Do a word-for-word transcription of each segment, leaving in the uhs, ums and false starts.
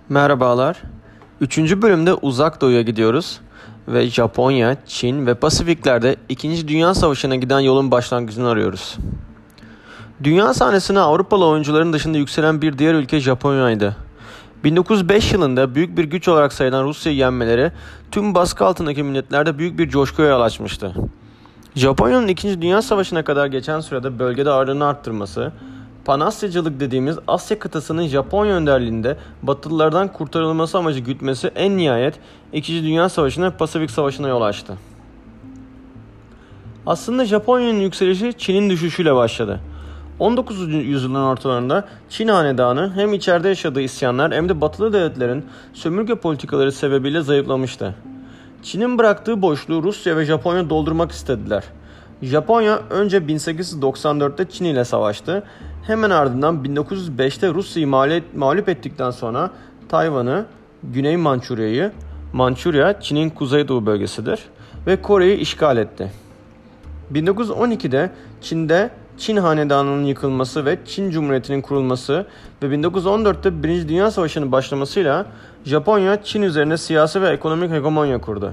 Merhabalar. Üçüncü bölümde Uzak Doğu'ya gidiyoruz ve Japonya, Çin ve Pasifikler'de İkinci Dünya Savaşı'na giden yolun başlangıcını arıyoruz. Dünya sahnesine Avrupalı oyuncuların dışında yükselen bir diğer ülke Japonya'ydı. bin dokuz yüz beş yılında büyük bir güç olarak sayılan Rusya'yı yenmeleri tüm baskı altındaki milletlerde büyük bir coşkuya yol açmıştı. Japonya'nın İkinci Dünya Savaşı'na kadar geçen sürede bölgede ağırlığını arttırması, Panasyacılık dediğimiz Asya kıtasının Japonya önderliğinde Batılılardan kurtarılması amacı gütmesi en nihayet İkinci Dünya Savaşı'na Pasifik Savaşı'na yol açtı. Aslında Japonya'nın yükselişi Çin'in düşüşüyle başladı. on dokuzuncu yüzyılın ortalarında Çin hanedanı hem içeride yaşadığı isyanlar hem de batılı devletlerin sömürge politikaları sebebiyle zayıflamıştı. Çin'in bıraktığı boşluğu Rusya ve Japonya doldurmak istediler. Japonya önce bin sekiz yüz doksan dörtte Çin ile savaştı. Hemen ardından bin dokuz yüz beşte Rusya'yı mağlup ettikten sonra Tayvan'ı, Güney Mançurya'yı, Mançurya Çin'in kuzeydoğu bölgesidir ve Kore'yi işgal etti. bin dokuz yüz on ikide Çin'de Çin Hanedanı'nın yıkılması ve Çin Cumhuriyeti'nin kurulması ve bin dokuz yüz on dörtte Birinci Dünya Savaşı'nın başlamasıyla Japonya Çin üzerine siyasi ve ekonomik hegemonya kurdu.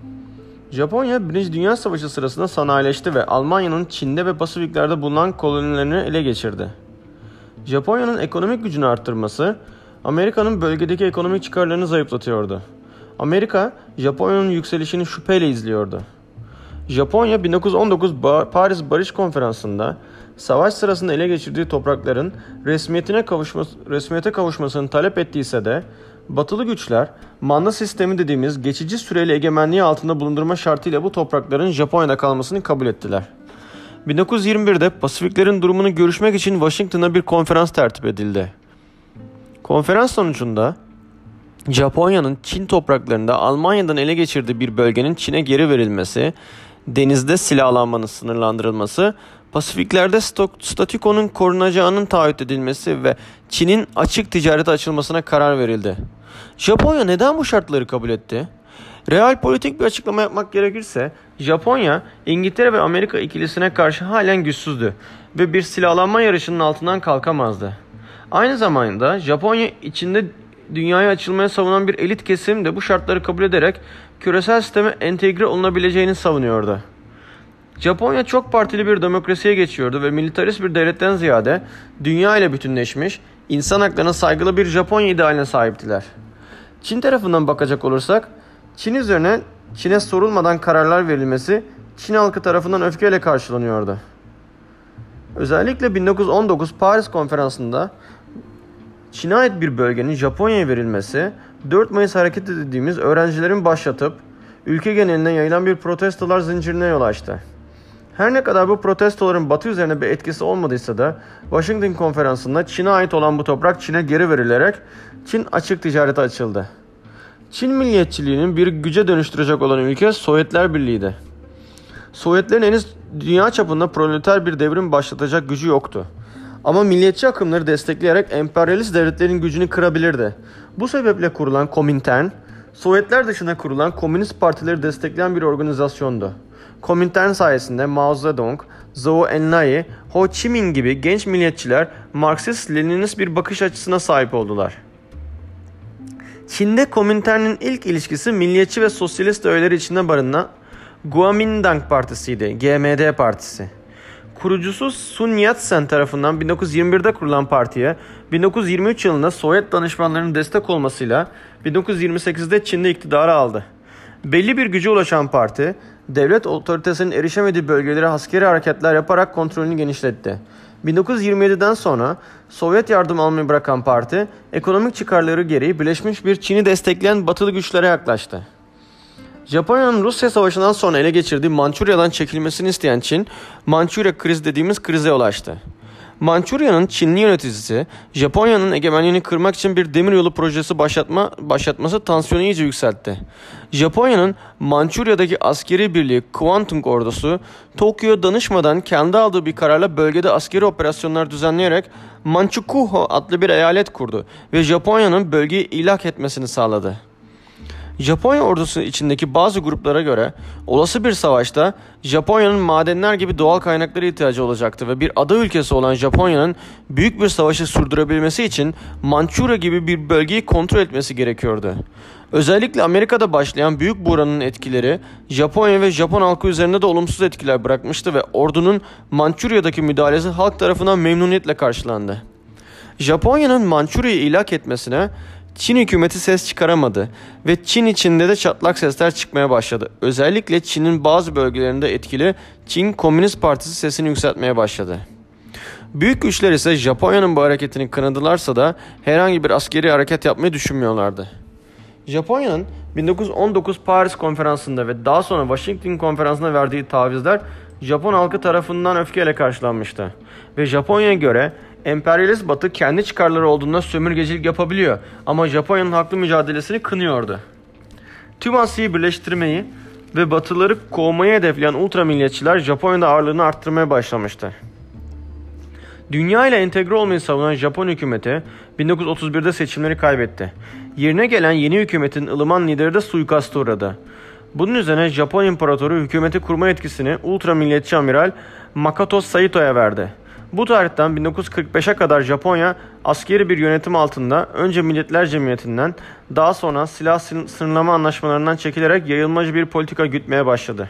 Japonya Birinci Dünya Savaşı sırasında sanayileşti ve Almanya'nın Çin'de ve Pasifikler'de bulunan kolonilerini ele geçirdi. Japonya'nın ekonomik gücünü arttırması, Amerika'nın bölgedeki ekonomik çıkarlarını zayıflatıyordu. Amerika, Japonya'nın yükselişini şüpheyle izliyordu. Japonya bin dokuz yüz on dokuz Paris Barış Konferansı'nda savaş sırasında ele geçirdiği toprakların resmiyetine kavuşması, resmiyete kavuşmasını talep ettiyse de Batılı güçler manda sistemi dediğimiz geçici süreli egemenliği altında bulundurma şartıyla bu toprakların Japonya'da kalmasını kabul ettiler. bin dokuz yüz yirmi birde Pasifiklerin durumunu görüşmek için Washington'a bir konferans tertip edildi. Konferans sonucunda Japonya'nın Çin topraklarında Almanya'dan ele geçirdiği bir bölgenin Çin'e geri verilmesi, denizde silahlanmanın sınırlandırılması, Pasifiklerde statükonun korunacağının taahhüt edilmesi ve Çin'in açık ticarete açılmasına karar verildi. Japonya neden bu şartları kabul etti? Real politik bir açıklama yapmak gerekirse, Japonya, İngiltere ve Amerika ikilisine karşı halen güçsüzdü ve bir silahlanma yarışının altından kalkamazdı. Aynı zamanda Japonya içinde dünyaya açılmaya savunan bir elit kesim de bu şartları kabul ederek küresel sisteme entegre olunabileceğini savunuyordu. Japonya çok partili bir demokrasiye geçiyordu ve militarist bir devletten ziyade dünya ile bütünleşmiş, insan haklarına saygılı bir Japonya idealine sahiptiler. Çin tarafından bakacak olursak, Çin üzerine Çin'e sorulmadan kararlar verilmesi Çin halkı tarafından öfkeyle karşılanıyordu. Özellikle bin dokuz yüz on dokuz Paris Konferansı'nda Çin'e ait bir bölgenin Japonya'ya verilmesi, dört Mayıs hareketi dediğimiz öğrencilerin başlatıp ülke geneline yayılan bir protestolar zincirine yol açtı. Her ne kadar bu protestoların Batı üzerine bir etkisi olmadıysa da Washington Konferansı'nda Çin'e ait olan bu toprak Çin'e geri verilerek Çin açık ticarete açıldı. Çin milliyetçiliğinin bir güce dönüştürecek olan ülke Sovyetler Birliği'ydi. Sovyetlerin henüz dünya çapında proleter bir devrim başlatacak gücü yoktu. Ama milliyetçi akımları destekleyerek emperyalist devletlerin gücünü kırabilirdi. Bu sebeple kurulan Komintern, Sovyetler dışında kurulan komünist partileri destekleyen bir organizasyondu. Komintern sayesinde Mao Zedong, Zhou Enlai, Ho Chi Minh gibi genç milliyetçiler Marksist-Leninist bir bakış açısına sahip oldular. Çin'de Komintern'in ilk ilişkisi milliyetçi ve sosyalist öğeleri içinde barınan Kuomintang Partisi'ydi, G M D Partisi. Kurucusu Sun Yat-sen tarafından bin dokuz yüz yirmi birde kurulan partiye bin dokuz yüz yirmi üç yılında Sovyet danışmanlarının destek olmasıyla bin dokuz yüz yirmi sekizde Çin'de iktidarı aldı. Belli bir güce ulaşan parti, devlet otoritesinin erişemediği bölgelere askeri hareketler yaparak kontrolünü genişletti. bin dokuz yüz yirmi yediden sonra Sovyet yardım almayı bırakan parti, ekonomik çıkarları gereği Birleşmiş bir Çin'i destekleyen batılı güçlere yaklaştı. Japonya'nın Rusya Savaşı'ndan sonra ele geçirdiği Mançurya'dan çekilmesini isteyen Çin, Mançurya krizi dediğimiz krize ulaştı. Mançurya'nın Çinli yöneticisi, Japonya'nın egemenliğini kırmak için bir demiryolu projesi başlatma, başlatması tansiyonu iyice yükseltti. Japonya'nın Mançurya'daki askeri birliği Kwantung ordusu, Tokyo'ya danışmadan kendi aldığı bir kararla bölgede askeri operasyonlar düzenleyerek Manchukuo adlı bir eyalet kurdu ve Japonya'nın bölgeyi ilhak etmesini sağladı. Japonya ordusu içindeki bazı gruplara göre olası bir savaşta Japonya'nın madenler gibi doğal kaynaklara ihtiyacı olacaktı ve bir ada ülkesi olan Japonya'nın büyük bir savaşı sürdürebilmesi için Mançurya gibi bir bölgeyi kontrol etmesi gerekiyordu. Özellikle Amerika'da başlayan büyük buhranın etkileri Japonya ve Japon halkı üzerinde de olumsuz etkiler bırakmıştı ve ordunun Mançurya'daki müdahalesi halk tarafından memnuniyetle karşılandı. Japonya'nın Mançurya'yı ilhak etmesine Çin hükümeti ses çıkaramadı ve Çin içinde de çatlak sesler çıkmaya başladı. Özellikle Çin'in bazı bölgelerinde etkili Çin Komünist Partisi sesini yükseltmeye başladı. Büyük güçler ise Japonya'nın bu hareketini kınadılarsa da herhangi bir askeri hareket yapmayı düşünmüyorlardı. Japonya'nın bin dokuz yüz on dokuz Paris Konferansı'nda ve daha sonra Washington Konferansı'nda verdiği tavizler Japon halkı tarafından öfkeyle karşılanmıştı. Ve Japonya'ya göre emperyalist Batı kendi çıkarları olduğunda sömürgecilik yapabiliyor ama Japonya'nın haklı mücadelesini kınıyordu. Tüm Asya'yı birleştirmeyi ve Batıları kovmayı hedefleyen ultramilliyetçiler Japonya'da ağırlığını arttırmaya başlamıştı. Dünya ile entegre olmayı savunan Japon hükümeti bin dokuz yüz otuz birde seçimleri kaybetti. Yerine gelen yeni hükümetin ılıman lideri de suikasta uğradı. Bunun üzerine Japon İmparatoru hükümeti kurma yetkisini ultramilliyetçi amiral Makoto Saito'ya verdi. Bu tarihten bin dokuz yüz kırk beşe kadar Japonya askeri bir yönetim altında önce Milletler Cemiyeti'nden daha sonra silah sınırlama anlaşmalarından çekilerek yayılmacı bir politika gütmeye başladı.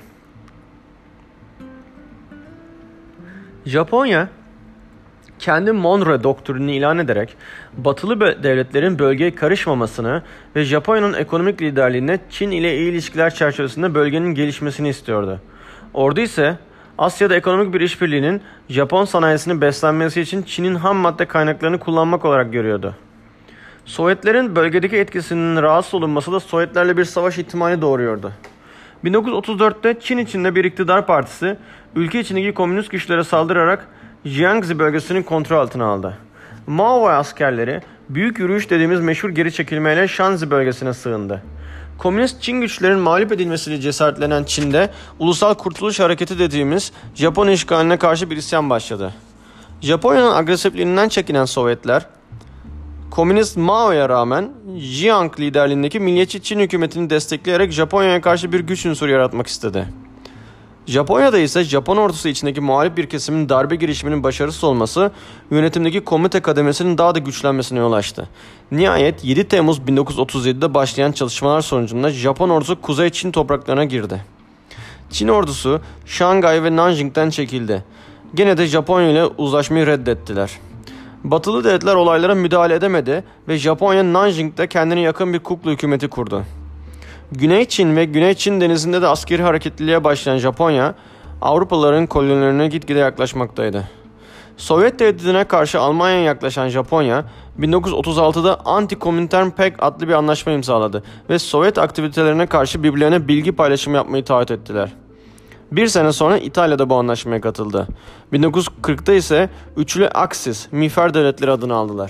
Japonya kendi Monroe doktrinini ilan ederek batılı devletlerin bölgeye karışmamasını ve Japonya'nın ekonomik liderliğine Çin ile iyi ilişkiler çerçevesinde bölgenin gelişmesini istiyordu. Ordu ise Asya'da ekonomik bir işbirliğinin Japon sanayisini beslenmesi için Çin'in ham madde kaynaklarını kullanmak olarak görüyordu. Sovyetlerin bölgedeki etkisinin rahatsız olunması da Sovyetlerle bir savaş ihtimali doğuruyordu. bin dokuz yüz otuz dörtte Çin içinde bir iktidar partisi ülke içindeki komünist güçlere saldırarak Jiangxi bölgesinin kontrol altına aldı. Mao ve askerleri büyük yürüyüş dediğimiz meşhur geri çekilmeyle Shanxi bölgesine sığındı. Komünist Çin güçlerin mağlup edilmesiyle cesaretlenen Çin'de Ulusal Kurtuluş Hareketi dediğimiz Japon işgaline karşı bir isyan başladı. Japonya'nın agresifliğinden çekinen Sovyetler, Komünist Mao'ya rağmen Jiang liderliğindeki milliyetçi Çin hükümetini destekleyerek Japonya'ya karşı bir güç unsuru yaratmak istedi. Japonya'da ise Japon ordusu içindeki muhalif bir kesimin darbe girişiminin başarısız olması yönetimdeki komite kademesinin daha da güçlenmesine yol açtı. Nihayet yedi Temmuz bin dokuz yüz otuz yedide başlayan çalışmalar sonucunda Japon ordusu Kuzey Çin topraklarına girdi. Çin ordusu Şangay ve Nanjing'den çekildi. Gene de Japonya ile uzlaşmayı reddettiler. Batılı devletler olaylara müdahale edemedi ve Japonya Nanjing'de kendine yakın bir kukla hükümeti kurdu. Güney Çin ve Güney Çin denizinde de askeri hareketliliğe başlayan Japonya, Avrupalıların kolonilerine gitgide yaklaşmaktaydı. Sovyet devletine karşı Almanya'ya yaklaşan Japonya, bin dokuz yüz otuz altıda Anti-Komintern Pact adlı bir anlaşma imzaladı ve Sovyet aktivitelerine karşı birbirlerine bilgi paylaşımı yapmayı taahhüt ettiler. Bir sene sonra İtalya'da bu anlaşmaya katıldı. bin dokuz yüz kırkta ise Üçlü Aksis, Miğfer Devletleri adını aldılar.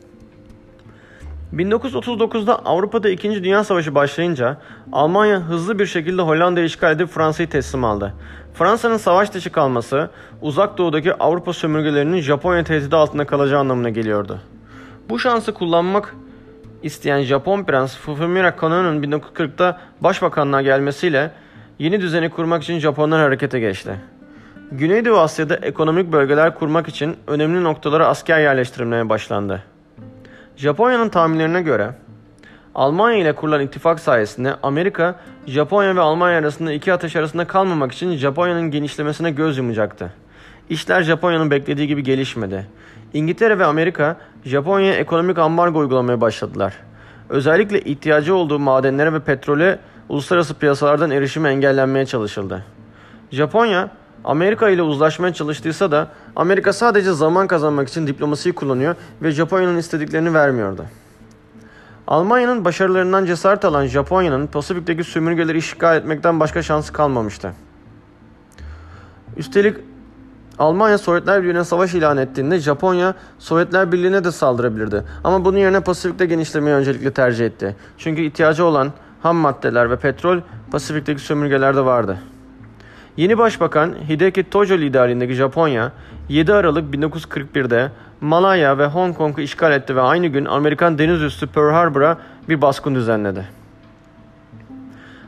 bin dokuz yüz otuz dokuzda Avrupa'da İkinci Dünya Savaşı başlayınca Almanya hızlı bir şekilde Hollanda'yı işgal edip Fransa'yı teslim aldı. Fransa'nın savaş dışı kalması Uzak Doğu'daki Avrupa sömürgelerinin Japonya tehdidi altında kalacağı anlamına geliyordu. Bu şansı kullanmak isteyen Japon Prens Fumimura Kono'nun bin dokuz yüz kırkta başbakanlığa gelmesiyle yeni düzeni kurmak için Japonlar harekete geçti. Güneydoğu Asya'da ekonomik bölgeler kurmak için önemli noktalara asker yerleştirilmeye başlandı. Japonya'nın tahminlerine göre Almanya ile kurulan ittifak sayesinde Amerika, Japonya ve Almanya arasında iki ateş arasında kalmamak için Japonya'nın genişlemesine göz yumacaktı. İşler Japonya'nın beklediği gibi gelişmedi. İngiltere ve Amerika, Japonya'ya ekonomik ambargo uygulamaya başladılar. Özellikle ihtiyacı olduğu madenlere ve petrole uluslararası piyasalardan erişimi engellenmeye çalışıldı. Japonya, Amerika ile uzlaşmaya çalıştıysa da Amerika sadece zaman kazanmak için diplomasiyi kullanıyor ve Japonya'nın istediklerini vermiyordu. Almanya'nın başarılarından cesaret alan Japonya'nın Pasifik'teki sömürgeleri işgal etmekten başka şansı kalmamıştı. Üstelik Almanya Sovyetler Birliği'ne savaş ilan ettiğinde Japonya Sovyetler Birliği'ne de saldırabilirdi. Ama bunun yerine Pasifik'te genişlemeyi öncelikle tercih etti. Çünkü ihtiyacı olan ham maddeler ve petrol Pasifik'teki sömürgelerde vardı. Yeni Başbakan Hideki Tojo liderliğindeki Japonya, yedi Aralık bin dokuz yüz kırk birde Malaya ve Hong Kong'u işgal etti ve aynı gün Amerikan deniz üssü Pearl Harbor'a bir baskın düzenledi.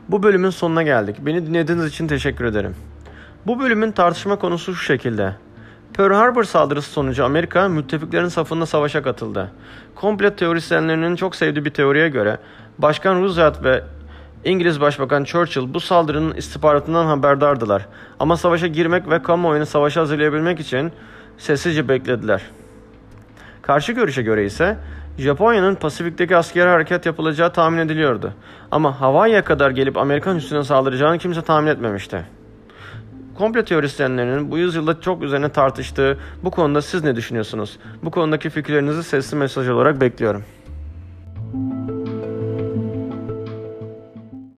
Bu bölümün sonuna geldik. Beni dinlediğiniz için teşekkür ederim. Bu bölümün tartışma konusu şu şekilde. Pearl Harbor saldırısı sonucu Amerika müttefiklerin safında savaşa katıldı. Komplo teorisyenlerinin çok sevdiği bir teoriye göre Başkan Roosevelt ve İngiliz Başbakan Churchill bu saldırının istihbaratından haberdardılar. Ama savaşa girmek ve kamuoyunu savaşa hazırlayabilmek için sessizce beklediler. Karşı görüşe göre ise Japonya'nın Pasifik'teki askeri harekat yapılacağı tahmin ediliyordu. Ama Hawaii'ye kadar gelip Amerikan üssüne saldıracağını kimse tahmin etmemişti. Komplo teorisyenlerinin bu yüzyılda çok üzerine tartıştığı bu konuda siz ne düşünüyorsunuz? Bu konudaki fikirlerinizi sesli mesaj olarak bekliyorum.